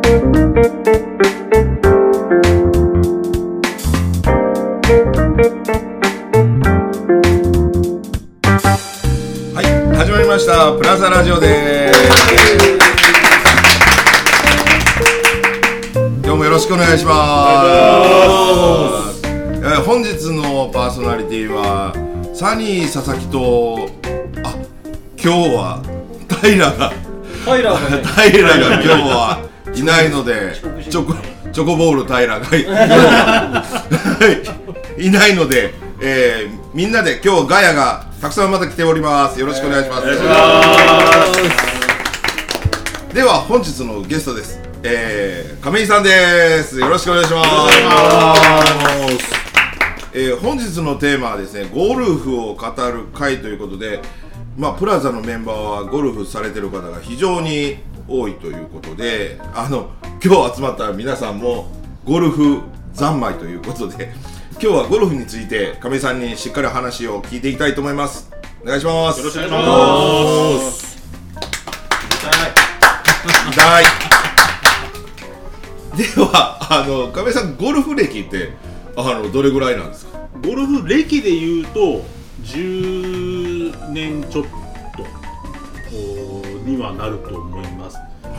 はい、始まりましたプラザラジオです。今日もよろしくお願いします。本日のパーソナリティはサニー佐々木と、今日は平が今日はいないので、チョコボール平がいないので、みんなで今日ガヤがたくさんまた来ております。よろしくお願いします。では本日のゲストです。亀井さんです。よろしくお願いします。本日のテーマはですね、ゴルフを語る会ということで、プラザのメンバーはゴルフされてる方が非常に多いということで、今日集まった皆さんもゴルフ三昧ということで、今日はゴルフについて亀井さんにしっかり話を聞いていきたいと思います。お願いします。 よろしくお願いします。 痛い。では亀井さん、ゴルフ歴ってどれぐらいなんですか？ ゴルフ歴で言うと10年ちょっとにはなると思います。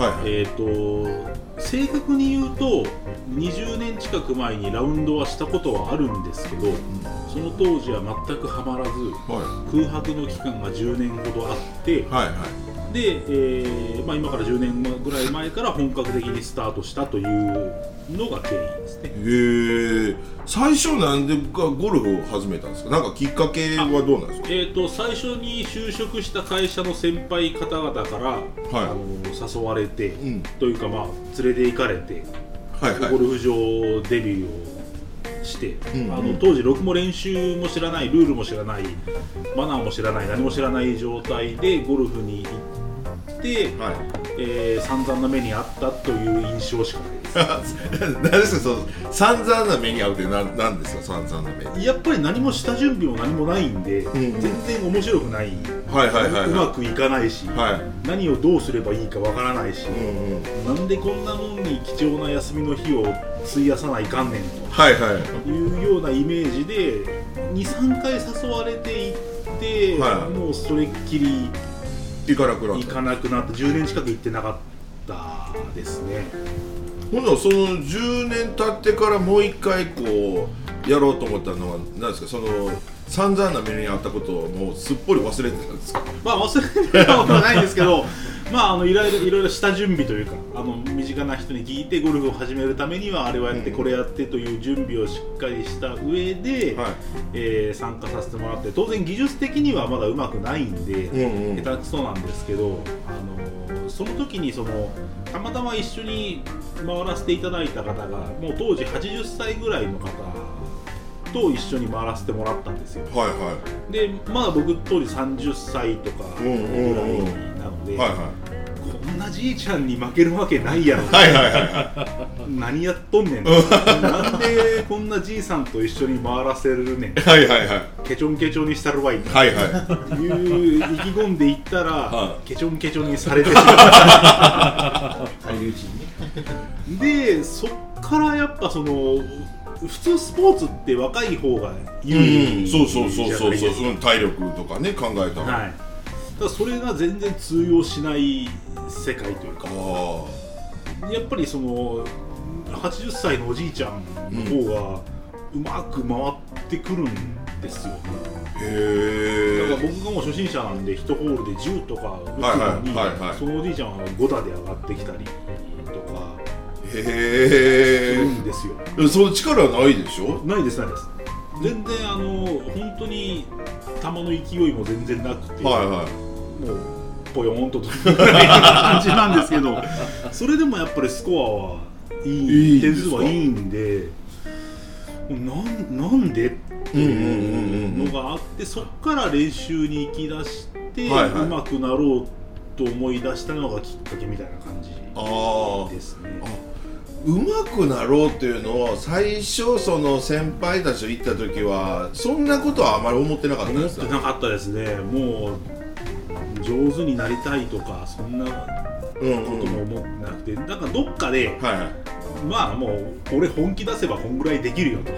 正確に言うと20年近く前にラウンドはしたことはあるんですけど、その当時は全くハマらず、空白の期間が10年ほどあって、で、今から10年ぐらい前から本格的にスタートしたというのが経緯ですね。 最初なんでゴルフを始めたんですか？なんかきっかけはどうなんですか？ 最初に就職した会社の先輩方々から、誘われて、というか連れて行かれて、ゴルフ場デビューをして、当時ろくも練習も知らない、ルールも知らない、マナーも知らない、何も知らない状態でゴルフに行って、散々な目にあったという印象しかないです。 何ですか、その散々な目に遭うって何ですか？散々な目に、 やっぱり何も下準備も何もないんで、全然面白くない、うまくいかないし、何をどうすればいいかわからないし、なんでこんなもんに貴重な休みの日を費やさないかんねんというようなイメージで 2,3 回誘われていって、もうそれっきり行かなくなって10年近く行ってなかったですね。 ほんならその10年経ってからもう一回こうやろうと思ったのは何ですか？その散々な目にあったことをもうすっぽり忘れてたんですか？ 忘れてたことはないんですけどいろいろ下準備というか、身近な人に聞いてゴルフを始めるためにはあれをやってこれやってという準備をしっかりした上で、参加させてもらって、当然技術的にはまだ上手くないんで、下手くそなんですけど、その時にたまたま一緒に回らせていただいた方がもう当時80歳ぐらいの方と一緒に回らせてもらったんですよ。でまだ僕当時30歳とかぐらいなので、こんなじいちゃんに負けるわけないやろ、何やっとんねんなんでこんなじいさんと一緒に回らせるねん、ケチョンケチョンにしたるわいという意気込んでいったら、ケチョンケチョンにされてしまったで、そっからやっぱ普通スポーツって若い方が有利じゃないですか。 体力とかね考えたら、 ただそれが全然通用しない世界というか、やっぱり80歳のおじいちゃんの方がうまく回ってくるんですよね。だから僕がもう初心者なんで1ホールで10とか打つのに、そのおじいちゃんは5打で上がってきたりとかするんですよ。 その力はないでしょ？ ないです。全然本当に球の勢いも全然なくて、もうポヨーンとという感じなんですけど、それでもやっぱりスコアはいい、点数はいいんで、なんでっていうのがあって、そっから練習に行き出して、うまくなろうと思い出したのがきっかけみたいな感じですね。 うまくなろうっていうのを最初その先輩たちと行った時はそんなことはあまり思ってなかったですか？ 思ってなかったですね。もう上手になりたいとかそんなことも思ってなくて、なんかどっかで、まあもう俺本気出せばこんぐらいできるよと、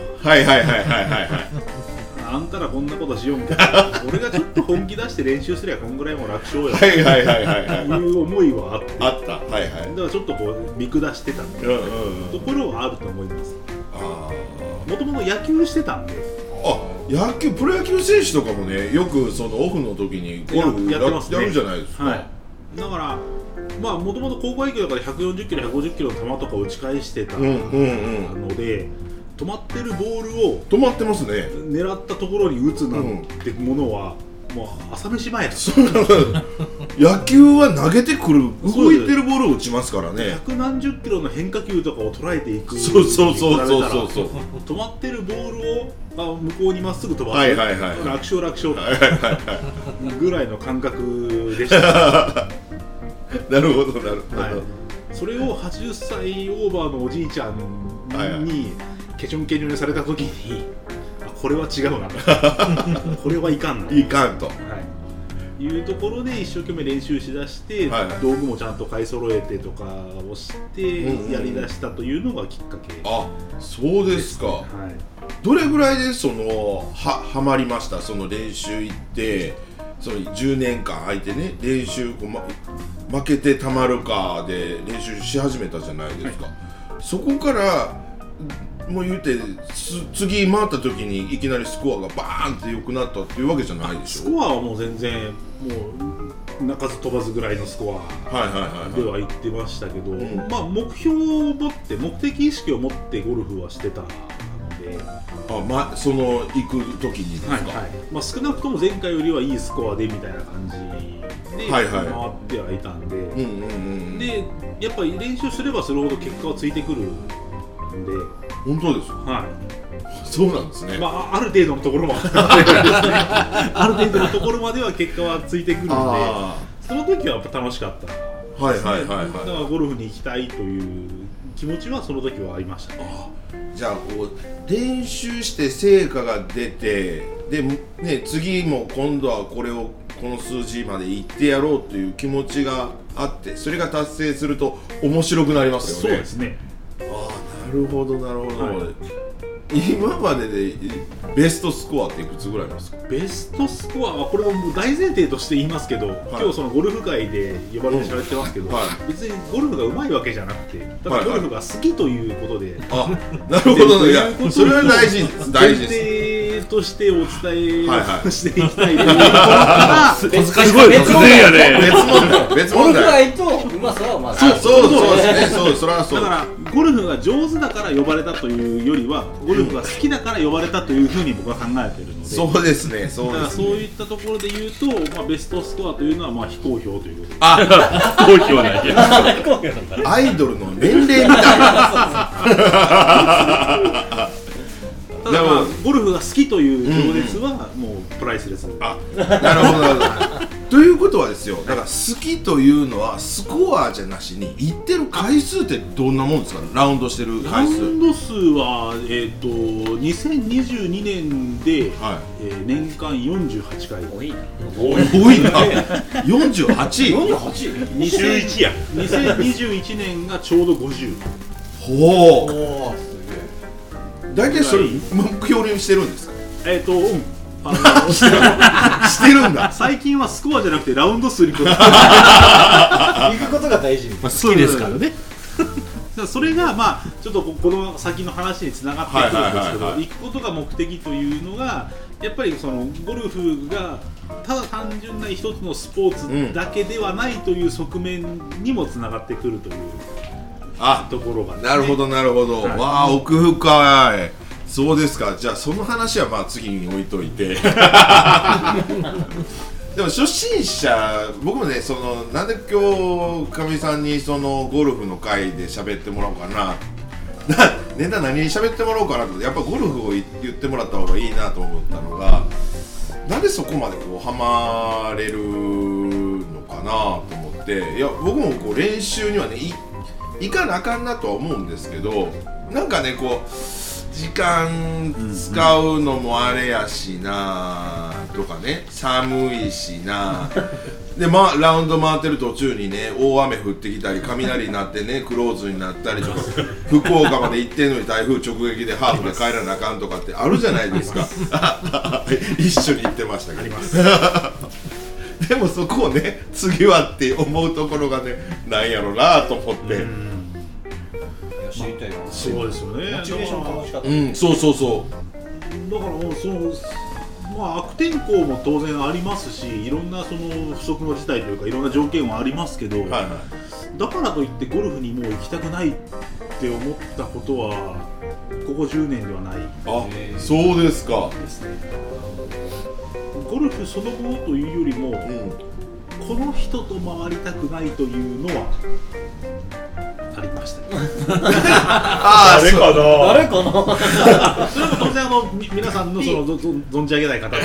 あんたらこんなことしようみたいな俺がちょっと本気出して練習すればこんぐらいも楽勝よという思いはあった。だからちょっとこう見下してたところはあると思います。もともと野球してたんで。 野球、プロ野球選手とかもね、よくそのオフの時にゴルフやるじゃないですか。 だからまあもともと高校野球だから140キロ150キロの球とか打ち返してたので、止まってるボールを止まってますね、 狙ったところに打つなんてものはもう朝飯前だ。 野球は投げてくる、動いてるボールを打ちますからね。 百何十キロの変化球とかを捉えていく。止まってるボールを向こうにまっすぐ飛ばす、楽勝ぐらいの感覚でした。 なるほど。 それを80歳オーバーのおじいちゃんにケチョンケチョンにされた時に、これは違うなこれはいかんな、 いかんと、 いうところで一生懸命練習しだして、道具もちゃんと買い揃えてとかをしてやりだしたというのがきっかけ。 そうですか。どれぐらいでそのはまりました？その練習行ってその10年間空いてね、練習負けてたまるかで練習し始めたじゃないですか。そこからもう言うて次回った時にいきなりスコアがバーンって良くなったっていうわけじゃないでしょ。 スコアはもう全然もう鳴かず飛ばずぐらいのスコアでは言ってましたけど、まあ目標を持って目的意識を持ってゴルフはしてたので、 その行く時にですか。 まあ少なくとも前回よりはいいスコアでみたいな感じで回ってはいたんで、でやっぱり練習すればするほど結果はついてくるんで。 本当ですよ。そうなんですね。 ある程度のところまである程度のところまでは結果はついてくるので、その時はやっぱ楽しかった。だからゴルフに行きたいという気持ちはその時はありましたね。 じゃあこう練習して成果が出て、でね、次も今度はこの数字まで行ってやろうという気持ちがあって、それが達成すると面白くなりますよね。 そうですね。 なるほど。今まででベストスコアっていくつぐらいなんですか？ ベストスコアはこれも大前提として言いますけど、今日そのゴルフ界で呼ばれて喋ってますけど、別にゴルフが上手いわけじゃなくて、ただゴルフが好きということで、 なるほど。いや、それは大事です。 前提としてお伝えしていきたいということすごい別問題やね。 別問題。 ゴルフ愛とうまさはまだ。 そうですね。それはそう。 だからゴルフが上手だから呼ばれたというよりは、ゴルフが好きだから呼ばれたというふうに僕は考えているので。 そうですね。 だからそういったところで言うと、ベストスコアというのは非公表ということで。 非公表なんや。 アイドルの年齢みたいな。 ただゴルフが好きという情熱はもうプライスレス。 なるほど。ということはですよ、だから好きというのはスコアじゃなしに行ってる回数ってどんなもんですか？ラウンドしてる回数。 ラウンド数は2022年で年間48回。 多いな。 48？ 21や。2021年がちょうど50。 ほう。大体それ目標にしてるんですか？してるんだ。 最近はスコアじゃなくてラウンド数にこだ行くことが大事。 好きですからね。 それがちょっとこの先の話につながってくるんですけど、行くことが目的というのがやっぱりそのゴルフがただ単純な一つのスポーツだけではないという側面にもつながってくるというところが、ね、 なるほど。わあ、奥深い。そうですか。じゃあその話は次に置いといて。でも初心者、僕もね、なんで今日かみさんにそのゴルフの会で喋ってもらおうかな。ネタ何に喋ってもらおうかなと思って、やっぱゴルフを言ってもらった方がいいなと思ったのが、なんでそこまでハマれるのかなと思って。いや、僕も練習にはね行かなあかんなとは思うんですけど、なんかね時間使うのもあれやしなとかね、寒いしなでラウンド回ってる途中にね大雨降ってきたり雷になってねクローズになったりとか福岡まで行ってんのに台風直撃でハーフで帰らなあかんとかってあるじゃないですか一緒に行ってましたけどありますでもそこをね次はって思うところがねなんやろうなと思って、 知りたいな。 そうですよね。 モチベーション楽しかった。 そうそうそうだからもう悪天候も当然ありますし、いろんなその不測の事態というかいろんな条件はありますけど、 はいはいだからといってゴルフにもう行きたくないって思ったことはここ10年ではないそうですかですね。ゴルフそのものというよりも、この人と回りたくないというのはありましたね誰かなそれも当然皆さんのその存じ上げない方々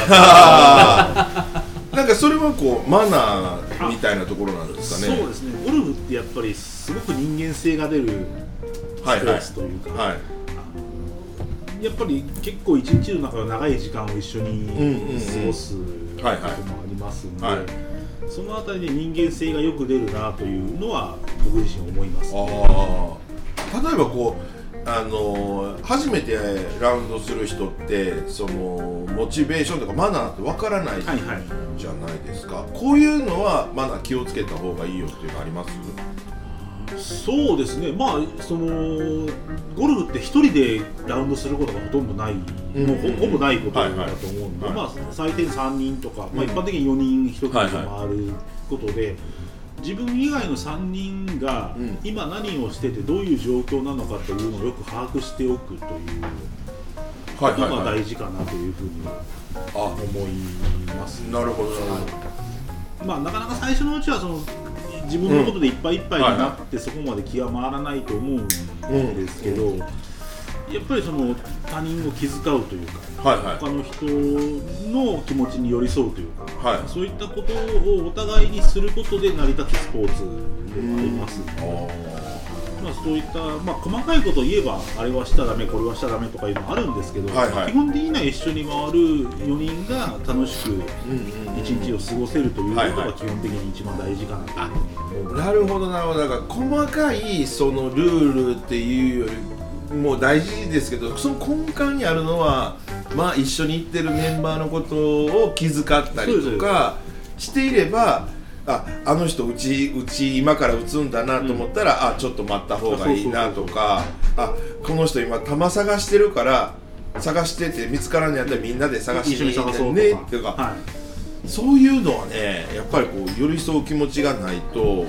なんかそれはこうマナーみたいなところなんですかね。 そうですね。ゴルフってやっぱりすごく人間性が出るスポーツというか、やっぱり結構一日の中の長い時間を一緒に過ごすこともありますので、そのあたりで人間性がよく出るなというのは僕自身思います、ね。 例えばこう初めてラウンドする人ってそのモチベーションとかマナーってわからないじゃないですか、こういうのはマナー気をつけた方がいいよっていうのあります？ そうですね。まあそのゴルフって一人でラウンドすることがほとんどない、もうほぼないことだと思うんで、まあ最低3人とか、まあ一般的に4人1組で回ることで。自分以外の3人が今何をしててどういう状況なのかというのをよく把握しておくということが大事かなというふうに思います、ね。 なるほど、 まあなかなか最初のうちはその自分のことでいっぱいいっぱいになってそこまで気が回らないと思うんですけど、やっぱりその他人を気遣うというか、他の人の気持ちに寄り添うというか、そういったことをお互いにすることで成り立つスポーツでもありますので、まあそういった、まあ、細かいことを言えばあれはしちゃダメこれはしちゃダメとかいうのもあるんですけど、基本的には一緒に回る4人が楽しく一日を過ごせるということが基本的に一番大事かなと思う。 なるほどなるほど。だから細かいそのルールっていうよりもう大事ですけど、その根幹にあるのは、まあ、一緒に行ってるメンバーのことを気遣ったりとかしていれば、あの人うち今から打つんだなと思ったら、ちょっと待った方がいいなとか、この人今球探してるから探してて見つからんのやったらみんなで探していいんだよねとか、そういうのはねやっぱりこう寄り添う気持ちがないと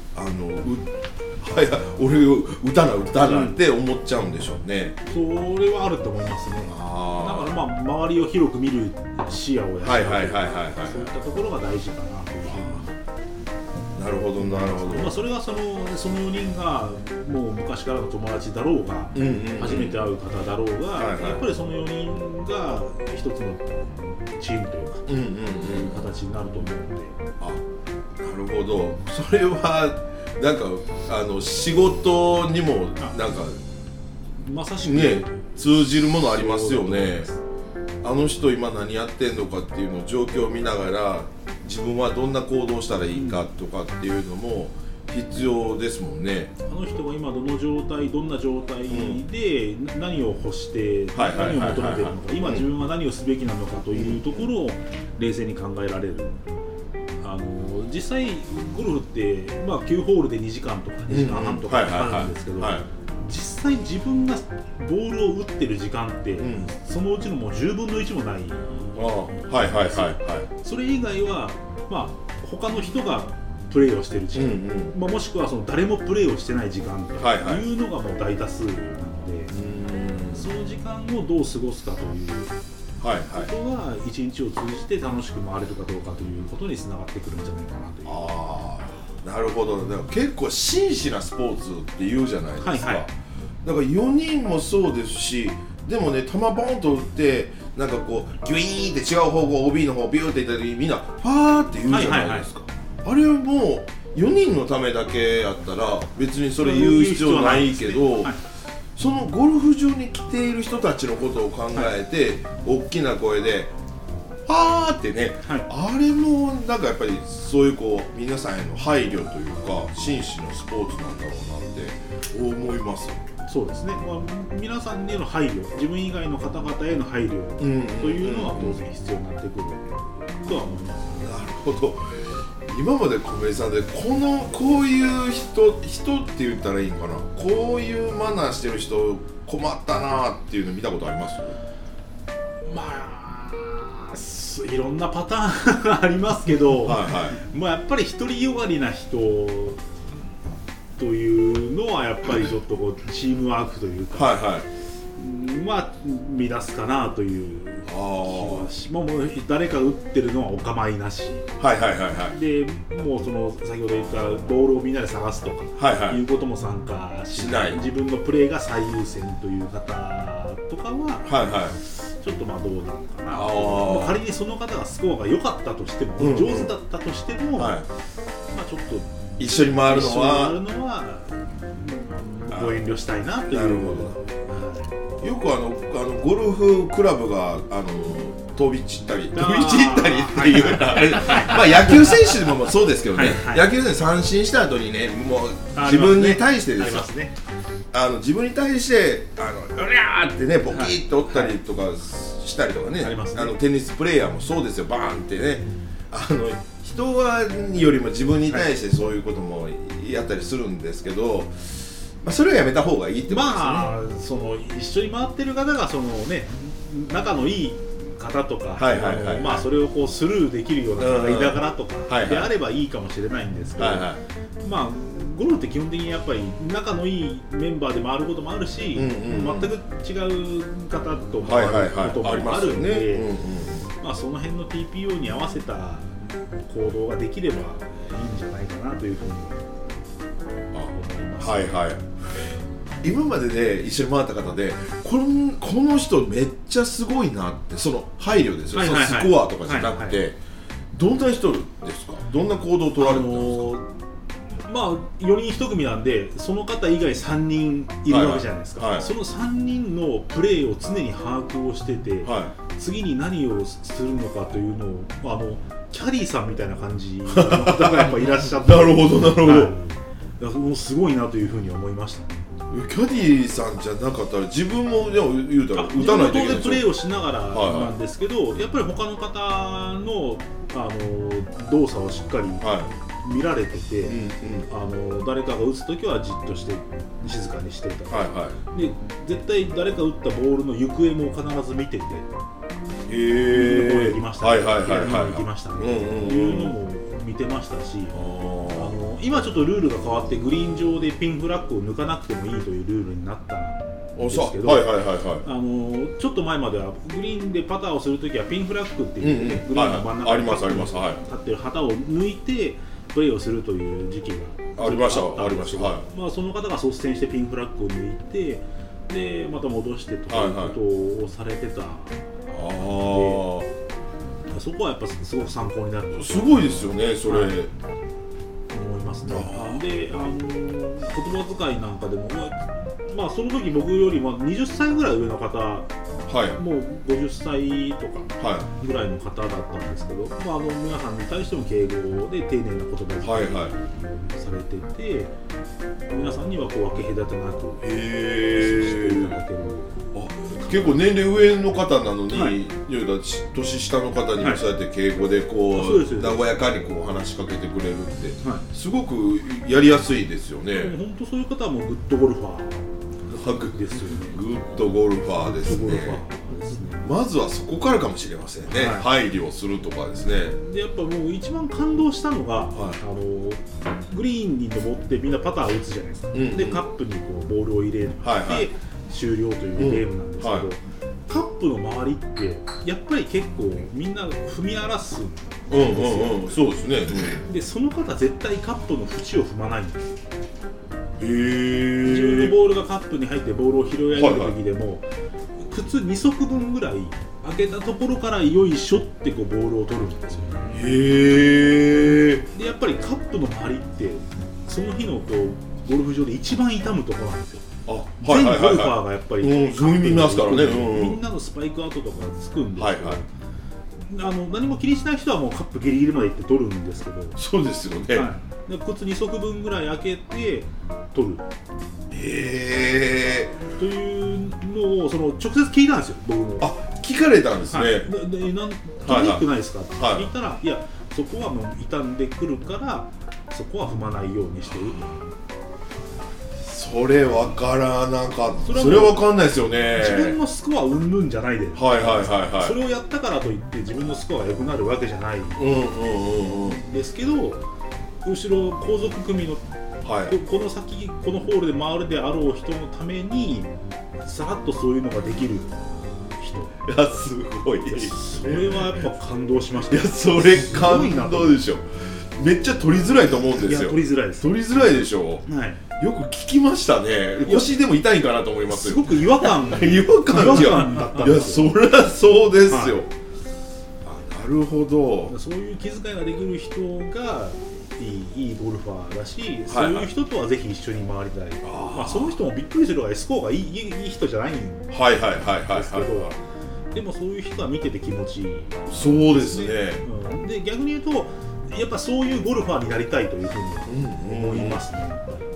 俺を打たなって思っちゃうんでしょうね。 それはあると思いますね。だからまあ周りを広く見る視野をやってそういったところが大事かなというふうに。 なるほどなるほど。 まあそれがその4人がもう昔からの友達だろうが、初めて会う方だろうが、やっぱりその4人が一つのチームというか、形になると思うので。 なるほど。それはなんか仕事にもなんかまさしくね通じるものありますよね。あの人今何やってんのかっていうのを状況を見ながら自分はどんな行動したらいいかとかっていうのも必要ですもんね。 あの人が今どんな状態で何を欲して何を求めているのか、今自分は何をすべきなのかというところを冷静に考えられる。実際ゴルフって、まあ、9ホールで2時間とか2時間半とかかかるんですけど、実際自分がボールを打ってる時間って、そのうちのもう10分の1もない。それ以外は、まあ、他の人がプレーをしてる時間、まあ、もしくはその誰もプレーをしてない時間というのがもう大多数なので、その時間をどう過ごすかということが一日を通じて楽しく回れるかどうかということにつながってくるんじゃないかなという。 なるほど。だから結構真摯なスポーツって言うじゃないですか。だから4人もそうですし、でもね球ボンと打ってなんかこうギュイーンって違う方向 OB の方ビューっていった時にみんなファーって言うじゃないですか。あれはもう4人のためだけやったら別にそれ言う必要ないけど、そのゴルフ場に来ている人たちのことを考えて、大きな声ではーってね、 はい、 あれもなんかやっぱりそういうこう皆さんへの配慮というか紳士のスポーツなんだろうなって思います。 そうですね、皆さんへの配慮、自分以外の方々への配慮というのは当然必要になってくるとは思います。 なるほど。今まで小林さんでこういう人って言ったらいいのかな、こういうマナーしてる人困ったなっていうの見たことあります？ まあいろんなパターンがありますけど、はいはい、まあ、やっぱり独りよがりな人というのはやっぱりちょっとこうチームワークというか、はいはい、まあ乱すかなという気はし、もう誰か打ってるのはお構いなし、はいはいはいはい、でもうその先ほど言ったボールをみんなで探すとか、はいはい、いうことも参加しない、自分のプレーが最優先という方とかは、はいはい、ちょっとまあどうなのかな、もう仮にその方がスコアが良かったとしても、上手だったとしても、はい、まあちょっと一緒に回るのはご遠慮したいなという。 なるほど。よくゴルフクラブが飛び散ったりっていう、まあ野球選手でもそうですけどね、はいはい、野球選手三振した後にね、もう自分に対してですよ、自分に対してうりゃーってねボキッと折ったりとかしたりとかね、テニスプレーヤーもそうですよ、バーンってね、人よりも自分に対してそういうこともやったりするんですけど、まあ、それはやめた方がいいってことですね。 まあその一緒に回ってる方がそのね仲のいい方とか、まあそれをこうスルーできるような間柄とかであればいいかもしれないんですけど、まあゴルフって基本的にやっぱり仲のいいメンバーで回ることもあるし、全く違う方と回ることもあるんで、まあその辺の TPO に合わせた行動ができればいいんじゃないかなというふうに思います。 はいはい。今までで一緒に回った方でこの人めっちゃすごいなって、その配慮ですよ、そのスコアとかじゃなくて、どんな人ですか？どんな行動を取られてるんですか？ まあ4人1組なんで、その方以外3人いるわけじゃないですか、はいはい、その3人のプレーを常に把握をしてて、はい、次に何をするのかというのをキャディーさんみたいな感じの方がやっぱいらっしゃってなるほどなるほど、 はい、もうすごいなというふうに思いましたね。 キャディーさんじゃなかったら自分も言うたら打たないといけない。 自分も当然プレーをしながらなんですけど、やっぱり他の方の動作をしっかり見られてて、誰かが打つときはじっとして静かにしてた、で絶対誰か打ったボールの行方も必ず見てて、行きましたね、行きましたねっていうのも見てましたし、今ちょっとルールが変わってグリーン上でピンフラッグを抜かなくてもいいというルールになったんですけど、ちょっと前まではグリーンでパターをするときはピンフラッグっていうね、グリーンの真ん中に立ってる旗を抜いてプレーをするという時期がありました。 まあその方が率先してピンフラッグを抜いて、でまた戻してということをされてた。そこはやっぱすごく参考になる。 すごいですよね、それ。 思いますね。で、言葉遣いなんかでも、まあその時僕よりも20歳ぐらい上の方、もう50歳とかぐらいの方だったんですけど、皆さんに対しても敬語で丁寧な言葉遣いされてて、皆さんにはこう分け隔てなくしていただける。 結構年齢上の方なのに、年下の方にもそうやって敬語でこう和やかにこう話しかけてくれるって、すごくやりやすいですよね。 本当そういう方はもうグッドゴルファーですよね。 グッドゴルファーですね。まずはそこからかもしれませんね。配慮するとかですね。 でやっぱもう一番感動したのが、グリーンに登ってみんなパターを打つじゃないですか。でカップにこうボールを入れて終了というゲームなんですけど、カップの周りってやっぱり結構みんな踏み荒らすんですよ。 そうですね。 でその方絶対カップの縁を踏まないんですよ。自分のボールがカップに入ってボールを拾い上げる時でも、靴2足分ぐらい開けたところからよいしょってこうボールを取るんですよ。でやっぱりカップの周りってその日のこうゴルフ場で一番痛むところなんですよ。全ゴルファーがやっぱり見ますからね、 みんなのスパイク跡とかがつくんですけど、 何も気にしない人はもうカップギリギリまで行って取るんですけど、 そうですよね、 はい、で靴2足分ぐらい開けて取るというのを直接聞いたんですよ、僕も。 あ、聞かれたんですね。 はい、で取りにくくないですかって聞いたら、いや、そこはもう傷んでくるからそこは踏まないようにしてる。 それ分からなかった。それは分かんないですよね。 自分のスコアうんぬんじゃないで、 はいはいはいはい、 それをやったからといって自分のスコアが良くなるわけじゃないですけど、後ろ後続組の、はい、この先このホールで回るであろう人のためにさらっとそういうのができる人。 いや、すごい。 それはやっぱ感動しました。 いや、それ感動でしょ。めっちゃ取りづらいと思うんですよ。 いや、取りづらいです。 取りづらいでしょ。 はい。 よく聞きましたね。腰でも痛いかなと思いますよ。 すごく違和感だったんですよ。 いや、そりゃそうですよ。はい、あ、なるほど。 そういう気遣いができる人がいいゴルファーだし、そういう人とはぜひ一緒に回りたい。まあ、その人もびっくりするぐらいスコアがいい人じゃないんですけど、でもそういう人は見てて気持ちいい。 そうですね。 で、逆に言うとやっぱそういうゴルファーになりたいというふうに思いますね。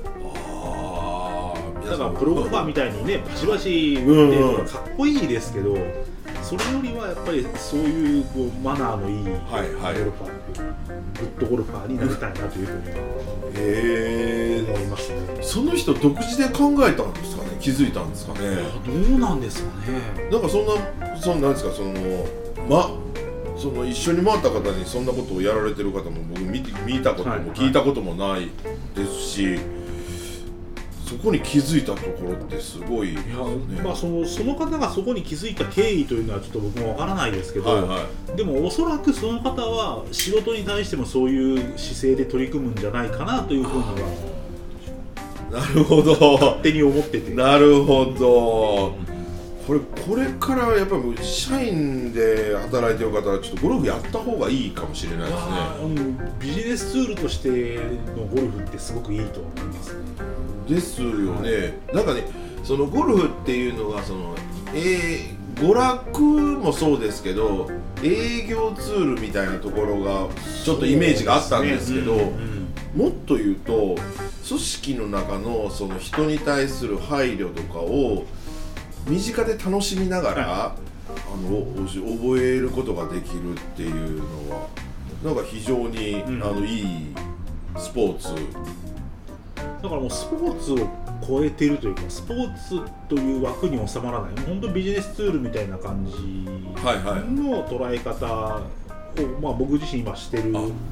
だからプロゴルファーみたいにね、バシバシ打ってるのがかっこいいですけど、それよりはやっぱりそういうマナーのいいゴルファー、グッドゴルファーになりたいなというふうに思いますね。 その人独自で考えたんですかね、気づいたんですかね。 どうなんですかね。 なんかそんなんですか、その一緒に回った方にそんなことをやられてる方も僕見たことも聞いたこともないですし、そこに気づいたところってすごいですね。 まあ、その方がそこに気づいた経緯というのはちょっと僕もわからないですけど、でもおそらくその方は仕事に対してもそういう姿勢で取り組むんじゃないかなというふうには、 なるほど、 勝手に思ってて。 なるほど。これからやっぱり社員で働いてる方はちょっとゴルフやった方がいいかもしれないですね。 ビジネスツールとしてのゴルフってすごくいいと思いますね。 ですよね。なんかね、そのゴルフっていうのが娯楽もそうですけど、営業ツールみたいなところがちょっとイメージがあったんですけど、もっと言うと組織の中のその人に対する配慮とかを身近で楽しみながら、覚えることができるっていうのはなんか非常に、いいスポーツだからもうスポーツを超えてるというか、スポーツという枠に収まらない、本当ビジネスツールみたいな感じの捉え方を、まあ、僕自身今してるので、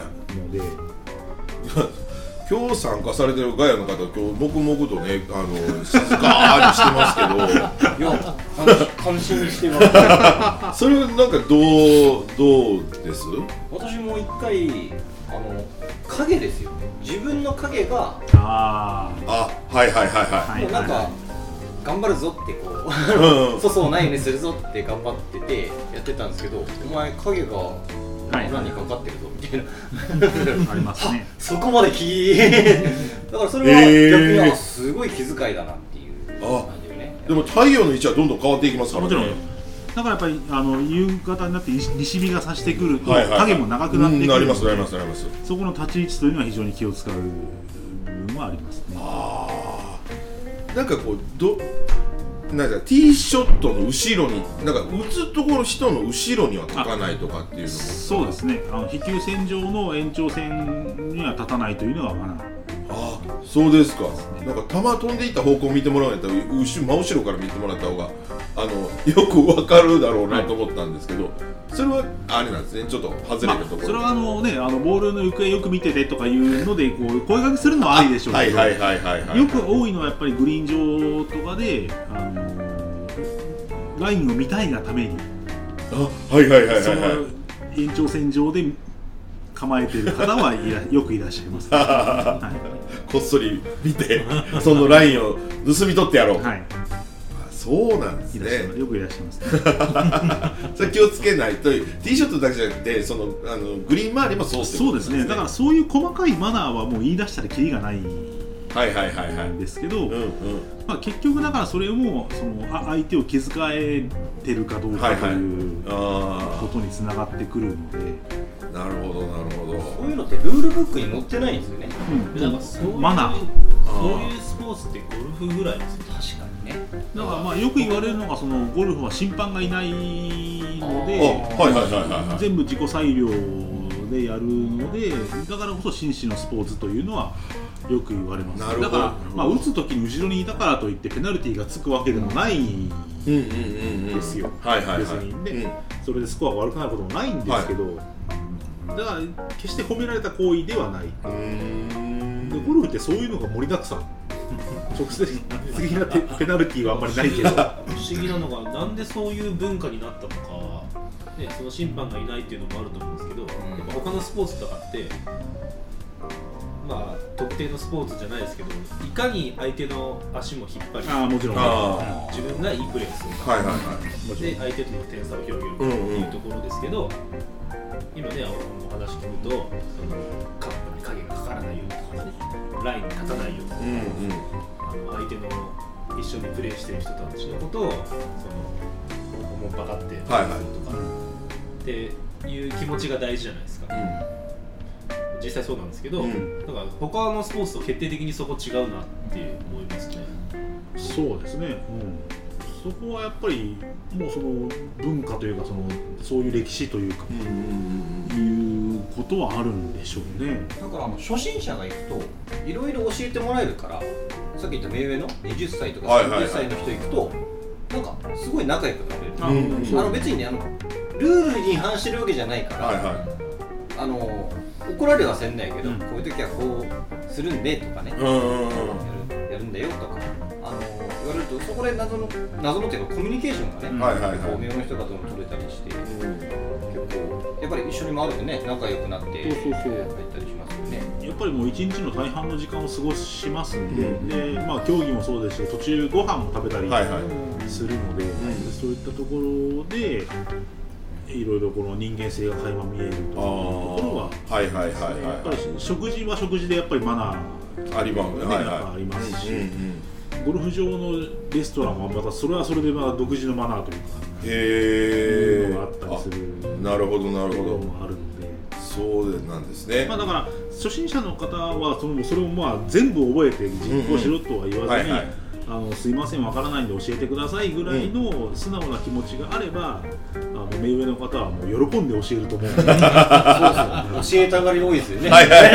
今日参加されてるガヤの方、今日黙々とね、静かにしてますけど、 いや、感心してます。 それはなんかどうです？ 私も一回影ですよね。自分の影がはいなんか頑張るぞってこう粗相ないようにするぞって頑張っててやってたんですけど、お前影が何にかかってるぞみたいなありますね。 そこまでだからそれは逆にすごい気遣いだなっていう感じでね。 でも太陽の位置はどんどん変わっていきますからね。 もちろん。だからやっぱり夕方になって西日が差してくると影も長くなってくるので、そこの立ち位置というのは非常に気を使う部分はありますね。 なんかこうなんかティーショットの後ろになんか打つところ人の後ろには立たないとかっていうのもそうですね。飛球線上の延長線には立たないというのがマナー。 そうですか。なんか球飛んでいった方向を見てもらわないと真後ろから見てもらった方がよくわかるだろうなと思ったんですけど、それはあれなんですね。ちょっと外れるところ、 それはボールの行方よく見ててとかいうのでこう声掛けするのはありでしょうけど、よく多いのはやっぱりグリーン上とかでラインを見たいがためにその延長線上で構えている方はよくいらっしゃいます、 こっそり見てそのラインを盗み取ってやろう。そうなんですね。 よくいらっしゃいますね。 それ気をつけないと。ティーショットだけじゃなくてグリーン周りもそうってことですね。 そうですね。だからそういう細かいマナーはもう言い出したらキリがないんですけど、まあ、結局だからそれもその相手を気遣えてるかどうかということにつながってくるので、 なるほどなるほど。 そういうのってルールブックに載ってないんですよね。 なんかそういうマナー、 そういうスポーツってゴルフぐらいですよ。 確かにね。 だからまあよく言われるのがそのゴルフは審判がいないので、全部自己裁量でやるので、だからこそ紳士のスポーツというのはよく言われます。だからまあ打つ時に後ろにいたからといってペナルティーがつくわけでもないんですよ。別にで、それでスコアが悪くなることもないんですけど、だから決して褒められた行為ではない。でゴルフってそういうのが盛りだくさん。直接的なペナルティーはあんまりないけど不思議なのがなんでそういう文化になったのか、ね、その審判がいないっていうのもあると思うんですけど、やっぱ他のスポーツとかってまあ特定のスポーツじゃないですけど、いかに相手の足も引っ張り、 もちろん自分がいいプレーをするか、で相手との点差を広げるというところですけど、今ねお話聞くとそのカップに影がかからないようにとかね、ラインに立たないようにとか、相手の一緒にプレーしてる人たちのことをそのもうバカってするとか、っていう気持ちが大事じゃないですか。実際そうなんですけど、だから他のスポーツと決定的にそこ違うなって思いますね。 そうですね、そこはやっぱりもうその文化というかそういう歴史というか、いうことはあるんでしょうね。 だから初心者が行くといろいろ教えてもらえるから、さっき言った目上の20歳とか30歳の人行くと、なんかすごい仲良くなれる。別にねルールに違反してるわけじゃないから、怒られはせんないけど、こういう時はこうするんでとかね、やるんだよとか言われると、そこで謎のっていうかコミュニケーションがね、目上の人とも取れたりして、結構やっぱり一緒に回るとね仲良くなってやったりしますよね。 やっぱりもう一日の大半の時間を過ごしますんで、でまあ競技もそうですし、途中ご飯も食べたりするので、そういったところでいろいろこの人間性が垣間見えるというところは、やっぱり食事は食事でやっぱりマナーありますし、ゴルフ場のレストランはまたそれはそれで独自のマナーというか、いうのがあったりする。 なるほどなるほど。 もあるので、 そうなんですね。 だから初心者の方はそれをまあ全部覚えて実行しろとは言わずに、すいませんわからないんで教えてくださいぐらいの素直な気持ちがあれば、目上の方はもう喜んで教えると思うので教えたがり多いですよね。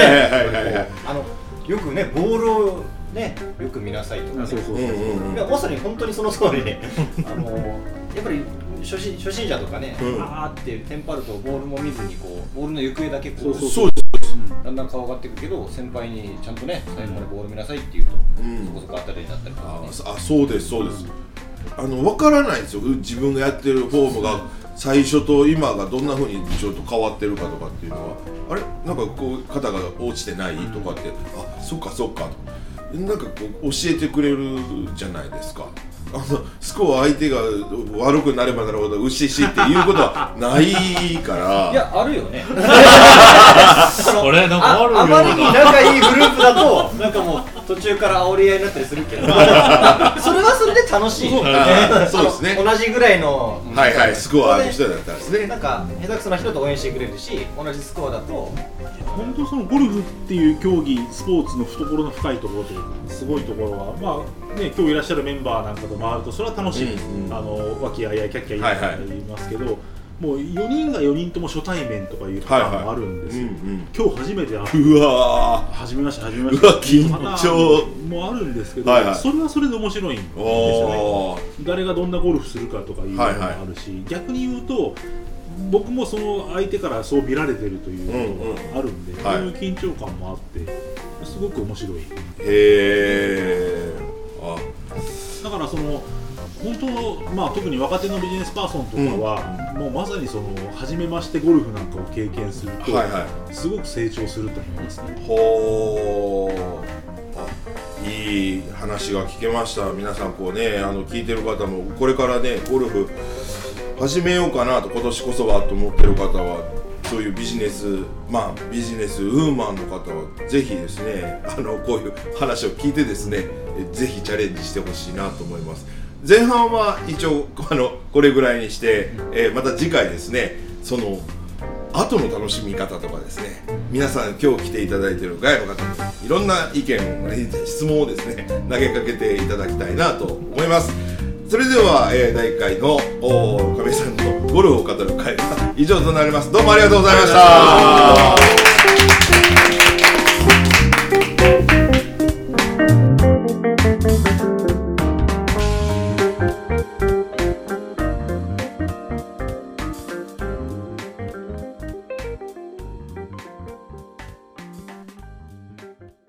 よくねボールをねよく見なさいとか、まさに本当にその通りで、やっぱり初心者とかね、ってテンパるとボールも見ずにボールの行方だけだんだん顔上がってくるけど、先輩にちゃんとね最後までボール見なさいって言うと、そこそこ当たりになったりとかね。 そうですそうです。分からないんですよ、自分がやってるフォームが最初と今がどんな風にちょっと変わってるかとかっていうのは、あれなんかこう肩が落ちてないとかって、そっかそっかとなんかこう教えてくれるじゃないですか。スコア相手が悪くなればなるほどうししっていうことはないからいやあるよねこれなんかあるよ。 あまりに仲いいグループだとなんかもう途中から煽り合いになったりするけどそれはそれで楽しい。 そうですね。 同じぐらいのスコアの人だったらですね、 なんか下手くそな人と応援してくれるし、同じスコアだと本当そのゴルフっていう競技スポーツの懐の深いところというかすごいところは、まあね、今日いらっしゃるメンバーなんかと回るとそれは楽しい、和気あいあいキャッキャ言いますけど、もう4人が4人とも初対面とかいうパターンもあるんですよ。今日初めて会う、 うわー初めまして初めまして緊張もあるんですけど、それはそれで面白いんですよね。誰がどんなゴルフするかとかいうのもあるし、逆に言うと僕もその相手からそう見られてるというのがあるんで、そういう緊張感もあってすごく面白い。だからその本当、まあ、特に若手のビジネスパーソンとかは、もうまさにその初めましてゴルフなんかを経験すると、すごく成長すると思いますね。 いい話が聞けました。皆さんこうね、聞いてる方もこれからねゴルフ始めようかなと今年こそはと思ってる方はそういうビジネスウーマンの方はぜひですねこういう話を聞いてですねぜひチャレンジしてほしいなと思います。前半は一応これぐらいにして、また次回ですねその後の楽しみ方とかですね皆さん今日来ていただいているガヤの方にいろんな意見質問をですね投げかけていただきたいなと思います。それでは、第1回の亀井さんのゴルフを語る会は以上となります。どうもありがとうございました。